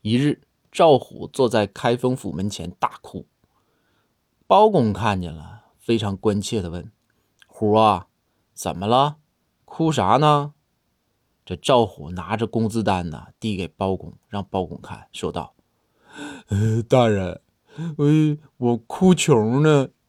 一日，赵虎坐在开封府门前大哭。包公看见了，非常关切地问：“虎啊，怎么了？哭啥呢？”这赵虎拿着工资单呢，递给包公，让包公看，说道：“大人，我哭穷呢，